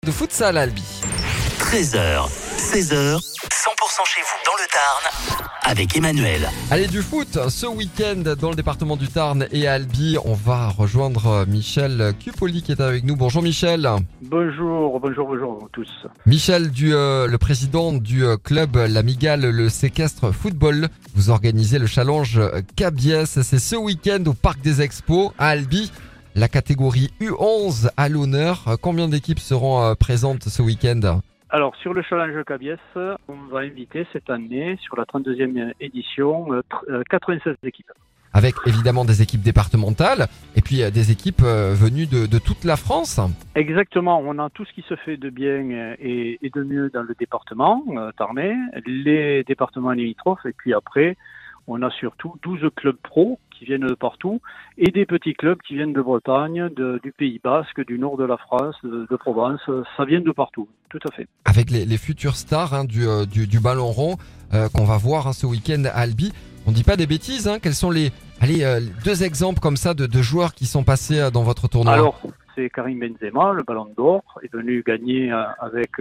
De futsal à Albi. 13h, 16h, 100% chez vous dans le Tarn avec Emmanuel. Allez, du foot, ce week-end dans le département du Tarn et à Albi, on va rejoindre Michel Cupoli qui est avec nous. Bonjour Michel. Bonjour à tous. Michel, le président du club La Migale, le séquestre football. Vous organisez le challenge Cabiès, c'est ce week-end au Parc des Expos à Albi. La catégorie U11 à l'honneur. Combien d'équipes seront présentes ce week-end ? Alors, sur le challenge Cabiès, on va inviter cette année, sur la 32e édition, 96 équipes. Avec évidemment des équipes départementales et puis des équipes venues de toute la France. Exactement, on a tout ce qui se fait de bien et de mieux dans le département tarnais, les départements limitrophes, et puis après, on a surtout 12 clubs pro qui viennent de partout et des petits clubs qui viennent de Bretagne, du Pays Basque, du nord de la France, de Provence. Ça vient de partout, tout à fait. Avec les futures stars du ballon rond qu'on va voir ce week-end à Albi. On dit pas des bêtises, quels sont les deux exemples comme ça de joueurs qui sont passés dans votre tournoi ? Alors, c'est Karim Benzema, le ballon d'or, est venu gagner avec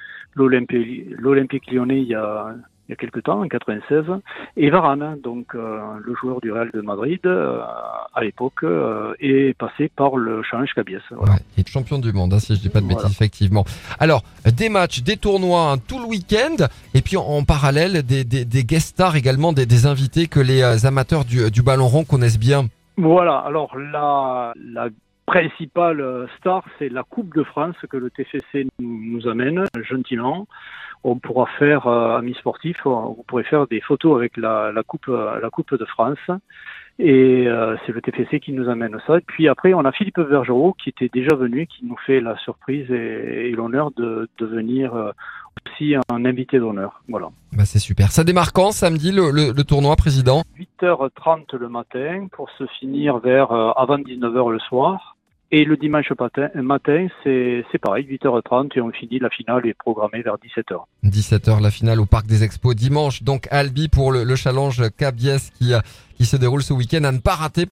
l'Olympique Lyonnais il y a quelques temps, en 96, et Varane, donc le joueur du Real de Madrid à l'époque, est passé par le challenge Cabiès. Voilà. Ouais, il est champion du monde, si je dis pas de bêtises, effectivement. Alors, des matchs, des tournois tout le week-end, et puis en parallèle, des guest stars également, des invités que les amateurs du ballon rond connaissent bien. Voilà, alors la principale star, c'est la Coupe de France que le TFC nous amène gentiment. On pourra faire, amis sportifs, vous pourrez faire des photos avec la coupe de France. Et c'est le TFC qui nous amène ça. Et puis après, on a Philippe Bergerot qui était déjà venu, qui nous fait la surprise et l'honneur de venir aussi un invité d'honneur. Voilà. Bah c'est super. Ça démarre quand samedi le tournoi, président ? 8h30 le matin pour se finir vers avant 19h le soir. Et le dimanche matin, c'est pareil, 8h30 et on finit, la finale est programmée vers 17h. 17h, la finale au Parc des Expos dimanche, donc à Albi pour le challenge Cabiès qui se déroule ce week-end à ne pas rater.